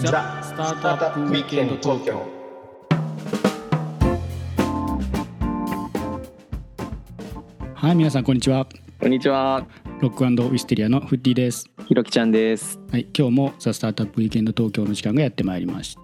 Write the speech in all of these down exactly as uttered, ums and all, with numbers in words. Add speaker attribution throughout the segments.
Speaker 1: ザ・スタートアップウィークエンド東京。はい、皆さんこんにちは。
Speaker 2: こんにちは。
Speaker 1: ロック&ウィステリアのフッディです。
Speaker 2: ひろきちゃんです。
Speaker 1: はい、今日もザ・スタートアップウィークエンド東京の時間がやってまいりました。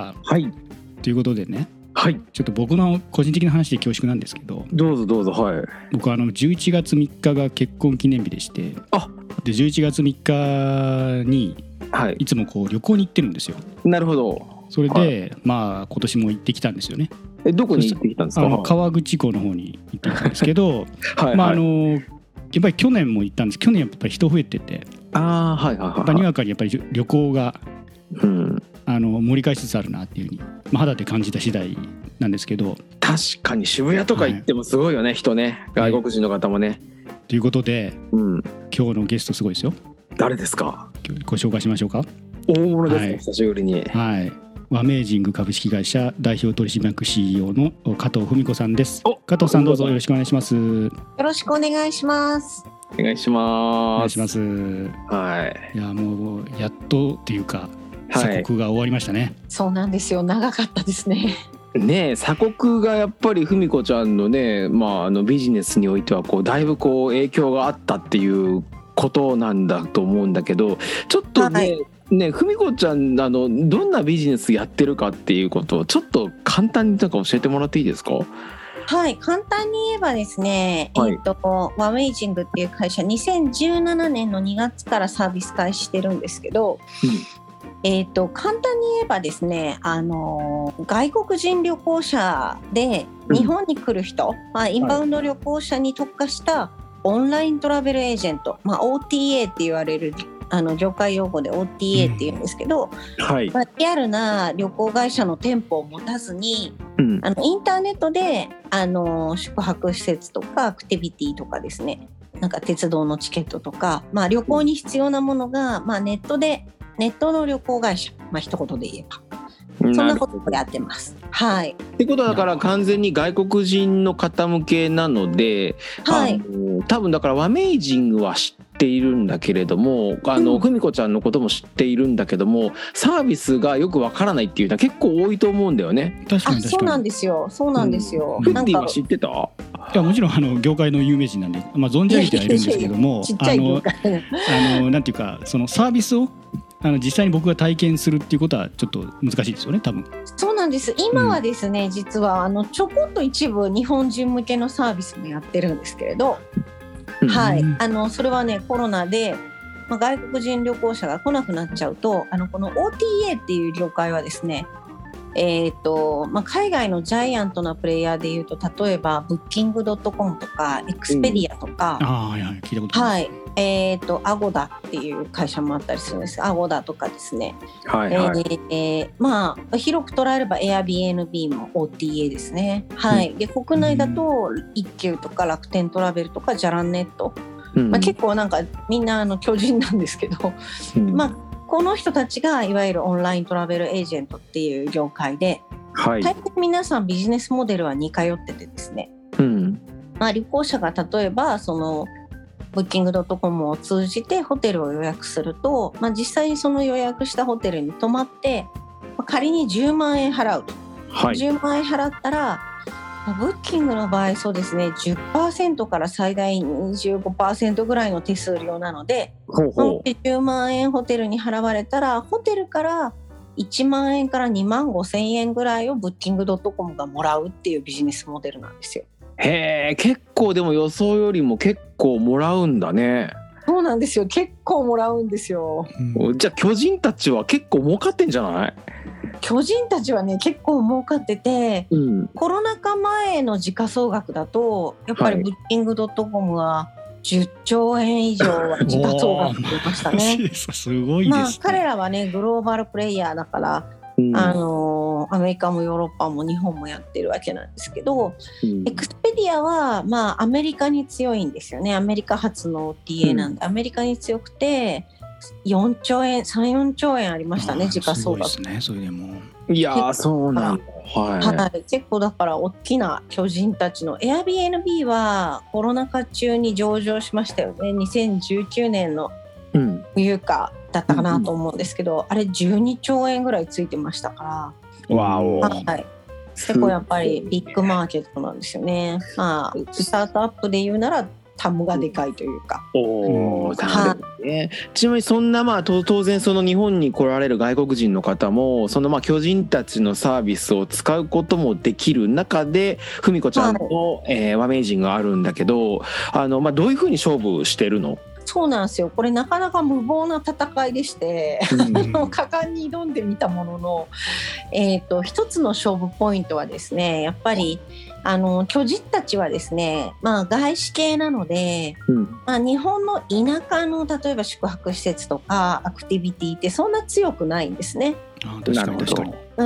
Speaker 2: はい。
Speaker 1: ということでね、
Speaker 2: はい。
Speaker 1: ちょっと僕の個人的な話で恐縮なんですけど、
Speaker 2: どうぞどうぞ。はい。
Speaker 1: 僕はあのじゅういちがつみっかが結婚記念日でして、
Speaker 2: あ、
Speaker 1: でじゅういちがつみっかに
Speaker 2: はい。
Speaker 1: いつもこう旅行に行ってるんですよ。
Speaker 2: なるほど。
Speaker 1: それで、
Speaker 2: はい、
Speaker 1: まあ今年も行ってきたんですよね。
Speaker 2: え、どこに行ってきたんですか？
Speaker 1: あの河口湖の方に行ってきたんですけど
Speaker 2: はい、
Speaker 1: まああのやっぱり去年も行ったんです。去年やっぱり人増えてて、
Speaker 2: ああ、はいはいはい、
Speaker 1: やっぱにわかにやっぱり旅行が、
Speaker 2: うん、
Speaker 1: あの盛り返しつつあるなっていうふうに、まあ、肌で感じた次第なんですけど、
Speaker 2: 確かに渋谷とか行ってもすごいよね、はい、人ね、外国人の方もね。
Speaker 1: ということで、うん、今日のゲストすごいですよ。
Speaker 2: 誰ですか？
Speaker 1: ご紹介しましょうか。
Speaker 2: 大物ですね、はい、久しぶりに。
Speaker 1: はい。ワメージング株式会社代表取締役 シーイーオー の加藤文子さんです。加藤さん、どうぞよろしくお願いします。よ
Speaker 3: ろしくお願いします。
Speaker 2: お願いします。
Speaker 1: お願いします。
Speaker 2: はい。
Speaker 1: いやもうやっとっていうか鎖国が終わりましたね。はい、
Speaker 3: そうなんですよ。長かったですね。
Speaker 2: ねえ、鎖国がやっぱり文子ちゃんのね、まああのビジネスにおいてはこうだいぶこう影響があったっていうことなんだと思うんだけど、ちょっとね。はい、ね、ふみこちゃん、あのどんなビジネスやってるかっていうことをちょっと簡単になんか教えてもらっていいですか？
Speaker 3: はい、簡単に言えばですね、はい、えーと、ワメイジングっていう会社にせんじゅうななねんのにがつからサービス開始してるんですけど、うん、えーと、簡単に言えばですね、あの外国人旅行者で日本に来る人、うん、まあ、インバウンド旅行者に特化したオンライントラベルエージェント、まあ、オーティーエー って言われるあの業界用語で オーティーエー って言うんですけど、うん、はい、まあ、リアルな旅行会社の店舗を持たずに、うん、あのインターネットであの宿泊施設とかアクティビティとかですね、なんか鉄道のチケットとか、まあ、旅行に必要なものが、まあ、ネットでネットの旅行会社、まあ、一言で言えばそんなことをやってます。はい。
Speaker 2: ってことはだから完全に外国人の方向けなので、はい、あの多分だからワメイジングは知っているんだけれども、あのふみこちゃんのことも知っているんだけども、サービスがよくわからないっていうのは結構多いと思うんだよね。
Speaker 1: 確かに確かに。
Speaker 3: あ、そうなんですよ。そうなんですよ。
Speaker 2: フッディは知ってた？
Speaker 1: いやもちろんあの業界の有名人なんで、まあ、存じ上げてはいるんですけども、あのあのなんていうかそのサービスをあの実際に僕が体験するっていうことはちょっと難しいですよね、多分。
Speaker 3: そうなんです。今はですね、うん、実はあのちょこっと一部日本人向けのサービスもやってるんですけれど、うん、はい、あのそれはねコロナで、まあ、外国人旅行者が来なくなっちゃうと、あのこの オーティーエー っていう業界はですね、えーとまあ、海外のジャイアントなプレイヤーでいうと、例えばブッキングドットコムとかエクスペディアとか、
Speaker 1: うん、あ、はいはい、聞いたことあります。
Speaker 3: はい、えーとアゴダっていう会社もあったりするんです。アゴダとかですね、
Speaker 2: はいはい、
Speaker 3: えーまあ、広く捉えれば Airbnb も オーティーエー ですね。はい、で国内だと一休とか楽天トラベルとかジャランネット、うん、まあ、結構なんかみんなあの巨人なんですけど、うん、まあこの人たちがいわゆるオンライントラベルエージェントっていう業界で、はい、大抵皆さんビジネスモデルは似通っててですね、うん、まあ、旅行者が例えばそのブッキングドットコムを通じてホテルを予約すると、まあ、実際にその予約したホテルに泊まって、まあ、仮にじゅうまんえん払うと、はい、じゅうまんえん払ったらブッキングの場合そうですね じゅっパーセント から最大 にじゅうごパーセント ぐらいの手数料なので、ほうほう、じゅうまんえんホテルに払われたらホテルからいちまんえんからにまんごせんえんぐらいをブッキングドットコムがもらうっていうビジネスモデルなんですよ。
Speaker 2: へえ、結構でも予想よりも結構もらうんだね。
Speaker 3: そうなんですよ、結構もらうんですよ、
Speaker 2: うん、じゃあ巨人たちは結構儲かってんじゃない？
Speaker 3: 巨人たちはね結構儲かってて、うん、コロナ禍前の時価総額だとやっぱりブッキングドットコムはじゅっちょうえん以上は時価総額って言いましたね。
Speaker 1: すごいですね。
Speaker 3: まあ、彼らはねグローバルプレイヤーだから、うん、あのアメリカもヨーロッパも日本もやってるわけなんですけど、うん、エクスペディアは、まあ、アメリカに強いんですよね。アメリカ発の オーティーエー なんで、うん、アメリカに強くてよんちょうえん さん、よんちょうえんありましたね、時価総額。
Speaker 1: すごいですね、それでも。
Speaker 2: いやそうなんだ、はい
Speaker 3: はい、結構だから大きな巨人たちの Airbnb はコロナ禍中に上場しましたよね。にせんじゅうきゅうねんの冬かだったかなと思うんですけど、うんうん、あれじゅうにちょうえんぐらいついてましたから。
Speaker 2: わお、
Speaker 3: はい、結構やっぱりビッグマーケットなんですよね。まあスタートアップで言うならタムがでかいというか。
Speaker 2: おー、なるほどね。ちなみにそんなまあ当然その日本に来られる外国人の方もそのまあ巨人たちのサービスを使うこともできる中でふみこちゃんの、はいえー、ワメージングがあるんだけど、あのまあどういうふうに勝負してるの？
Speaker 3: そうなんですよ。これなかなか無謀な戦いでして、うん、果敢に挑んでみたものの、えーと、一つの勝負ポイントはですね、やっぱりあの巨人たちはですね、まあ、外資系なので、うんまあ、日本の田舎の例えば宿泊施設とかアクティビティってそんな強くないんですね。
Speaker 1: あ、確かに確かに、
Speaker 3: うん、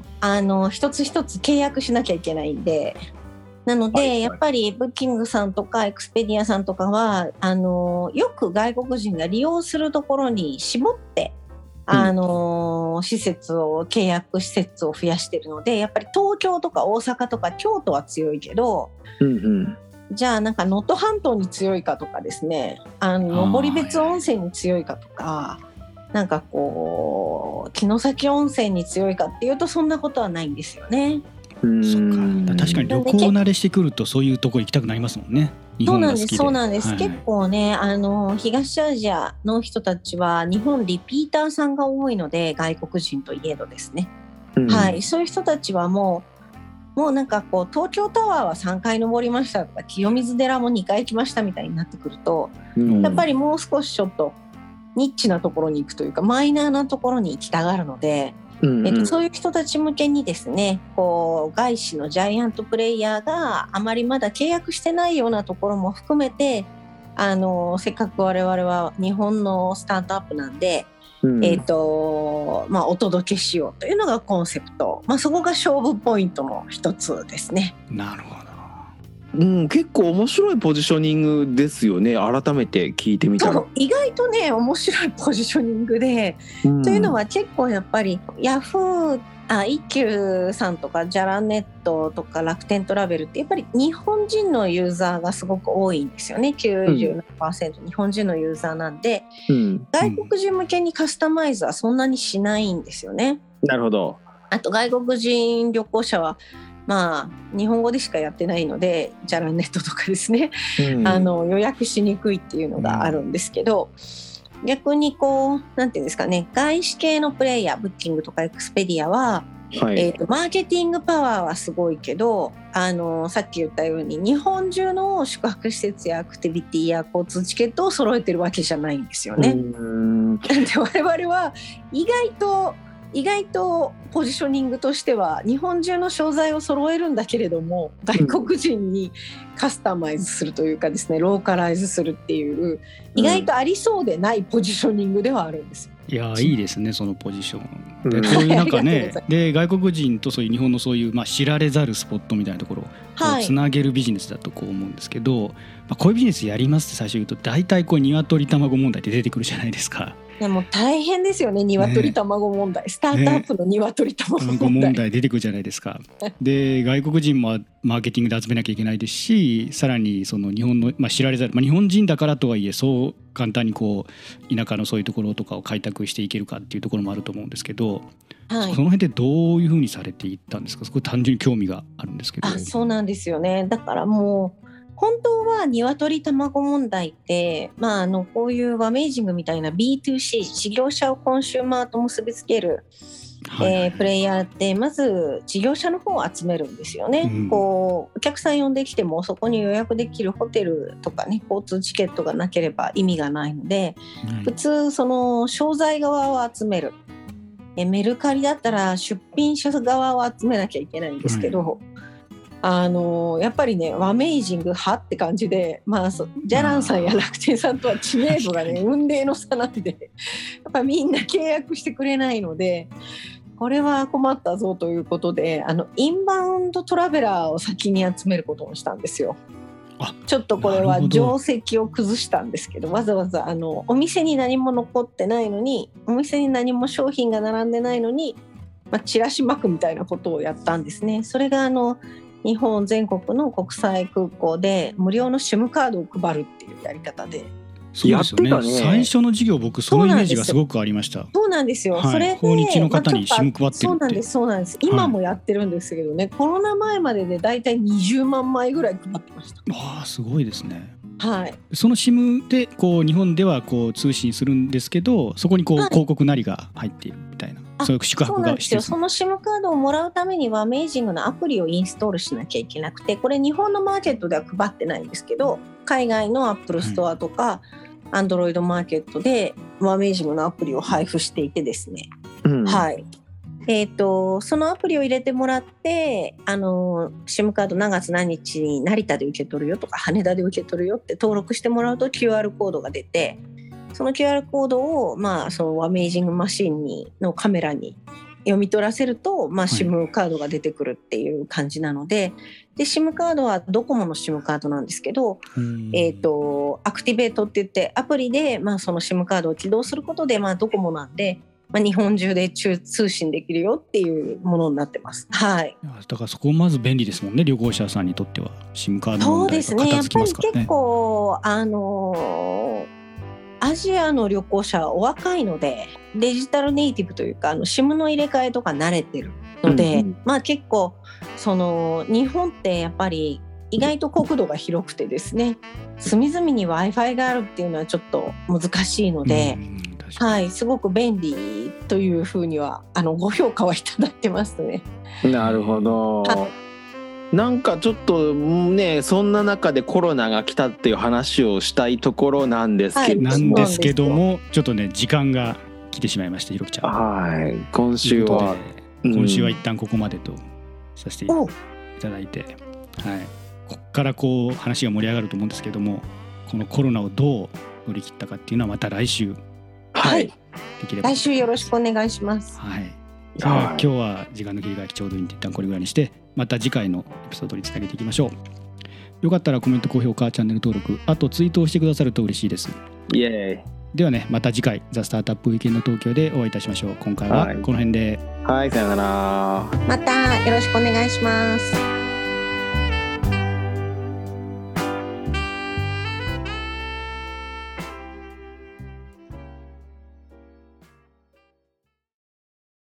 Speaker 3: あの一つ一つ契約しなきゃいけないんで、なので、はいはい、やっぱりブッキングさんとかエクスペディアさんとかはあのよく外国人が利用するところに絞って、うん、あの施設を契約施設を増やしているので、やっぱり東京とか大阪とか京都は強いけど、うんうん、じゃあなんか能登半島に強いかとかですね、あの登別温泉に強いかとか、なんかこう城崎温泉に強いかっていうとそんなことはないんですよね。
Speaker 1: うんそっか、確かに旅行慣れしてくるとそういうとこ行きたくなりますもんね。日本が好きで。そうなんです、そうなんです、はい、結構ねあの東アジアの人たちは日本リピーターさんが多いので、外国人といえどですね、うんはい、そういう人たちはもうもうなんかこう東京タワーはさんかい登りましたとか清水寺もにかい行きましたみたいになってくると、うん、やっぱりもう少しちょっとニッチなところに行くというかマイナーなところに行きたがるので、うんうんえっと、そういう人たち向けにですね、こう外資のジャイアントプレイヤーがあまりまだ契約してないようなところも含めて、あのせっかく我々は日本のスタートアップなんで、うんえっとまあ、お届けしようというのがコンセプト、まあ、そこが勝負ポイントの一つですね。 なるほど。
Speaker 2: うん、結構面白いポジショニングですよね。改めて聞いてみたら
Speaker 3: そう意外とね面白いポジショニングで、うん、というのは結構やっぱりヤフーあ一休さんとかジャラネットとか楽天トラベルってやっぱり日本人のユーザーがすごく多いんですよね。 きゅうじゅうななパーセント、うん、日本人のユーザーなんで、うん、外国人向けにカスタマイズはそんなにしないんですよね。
Speaker 2: なるほど。
Speaker 3: あと外国人旅行者はまあ、日本語でしかやってないのでジャラネットとかですね、うん、あの予約しにくいっていうのがあるんですけど、うん、逆にこうなんていうんですかね、外資系のプレイヤーブッキングとかエクスペディアは、はいえーと、マーケティングパワーはすごいけどあのさっき言ったように日本中の宿泊施設やアクティビティや交通チケットを揃えてるわけじゃないんですよね。うんで我々は意外と意外とポジショニングとしては日本中の商材を揃えるんだけれども外国人にカスタマイズするというかですね、ローカライズするっていう意外とありそうでないポジショニングではあるんですよ。
Speaker 1: いやいいですねそのポジションで、こういうなんかねで外国人とそういう日本のそういう、まあ、知られざるスポットみたいなところをつなげるビジネスだとこう思うんですけど、まあ、こういうビジネスやりますって最初言うと大体こう鶏卵問題って出てくるじゃないですか。
Speaker 3: でも大変ですよね、鶏卵問題、ね、スタートアップの鶏卵問題、
Speaker 1: ね、問題出てくるじゃないですか。で外国人もマーケティングで集めなきゃいけないですし、さらにその日本の、まあ、知られざる、まあ、日本人だからとはいえそう簡単にこう田舎のそういうところとかを開拓していけるかっていうところもあると思うんですけど、はい、その辺でどういうふうにされていったんですか。そこ単純に興味があるんですけど。
Speaker 3: あ、そうなんですよね。だからもう本当は鶏卵問題って、まあ、あのこういうワメージングみたいな ビーツーシー 事業者をコンシューマーと結びつける、はいはいえー、プレイヤーってまず事業者の方を集めるんですよね、うん、こうお客さん呼んできてもそこに予約できるホテルとかね交通チケットがなければ意味がないので、うん、普通その商材側を集める、えメルカリだったら出品者側を集めなきゃいけないんですけど、うんあのやっぱりねワメイジング派って感じで、まあ、そジャランさんや楽天さんとは知名度がね雲泥の差なんでやっぱみんな契約してくれないのでこれは困ったぞということであのインバウンドトラベラーを先に集めることをしたんですよ。ちょっとこれは定石を崩したんですけどわざわざあのお店に何も残ってないのにお店に何も商品が並んでないのに、まあ、チラシ巻くみたいなことをやったんですね。それがあの日本全国の国際空港で無料の シム カードを配るっていうやり方で、
Speaker 1: そうですよね。最初の授業僕そのイメージがすごくありました。
Speaker 3: そうなんですよ。
Speaker 1: はい、
Speaker 3: それで
Speaker 1: 訪日の方に シム 配ってるって。
Speaker 3: そうなんですそうなんです。今もやってるんですけどね、はい、コロナ前まででだいたいにじゅうまんまいぐらい配ってました。
Speaker 1: ああ、すごいですね。
Speaker 3: はい、
Speaker 1: その シム でこう日本ではこう通信するんですけど、そこにこう広告なりが入っているみたいな、はい、そういう宿泊がしてる。
Speaker 3: その シム カードをもらうためにはアメージングのアプリをインストールしなきゃいけなくて、これ日本のマーケットでは配ってないんですけど、海外のアップルストアとか、アンドロイドマーケットでアメージングのアプリを配布していてですね、うん、はい、えーと、そのアプリを入れてもらって、あの シム カード何月何日に成田で受け取るよとか羽田で受け取るよって登録してもらうと キューアール コードが出て、その キューアール コードを、まあ、そのアメージングマシンにのカメラに読み取らせると、まあ、シム カードが出てくるっていう感じなので、はい、で シム カードはドコモの シム カードなんですけど、えーと、アクティベートって言ってアプリで、まあ、その シム カードを起動することで、まあ、ドコモなんで、まあ、日本中で通信できるよっていうものになってます。はい。
Speaker 1: だからそこまず便利ですもんね、旅行者さんにとっては シム カード問題が片付きますからね。そうですね。やっぱり結
Speaker 3: 構あのーアジアの旅行者はお若いので、デジタルネイティブというか、あの シム の入れ替えとか慣れてるので、うんうん、まあ結構その日本ってやっぱり意外と国土が広くてですね、隅々に Wi-Fi があるっていうのはちょっと難しいので、はい、すごく便利というふうにはあのご評価はいただいてますね。
Speaker 2: なるほど。なんかちょっとね、そんな中でコロナが来たっていう話をしたいところなんですけど、
Speaker 1: はい、なんですけどもちょっとね時間が来てしまいました。ひろきちゃん、
Speaker 2: はい、今週は
Speaker 1: 今週は一旦ここまでとさせていただいて、うん、はい、こっからこう話が盛り上がると思うんですけども、このコロナをどう乗り切ったかっていうのはまた来週、
Speaker 3: はい、できれば来週よろしくお願いします。
Speaker 1: はい、じゃあ、はい、今日は時間の切り替えちょうどいいんで一旦これぐらいにして、また次回のエピソードにつなげていきましょう。よかったらコメント、高評価、チャンネル登録、あとツイートをしてくださると嬉しいです。
Speaker 2: イエーイ。
Speaker 1: ではね、また次回ザ・スタートアップウィーケンド東京でお会いいたしましょう。今回はこの辺で、
Speaker 2: はい、はい、さよなら。
Speaker 3: またよろしくお願いします。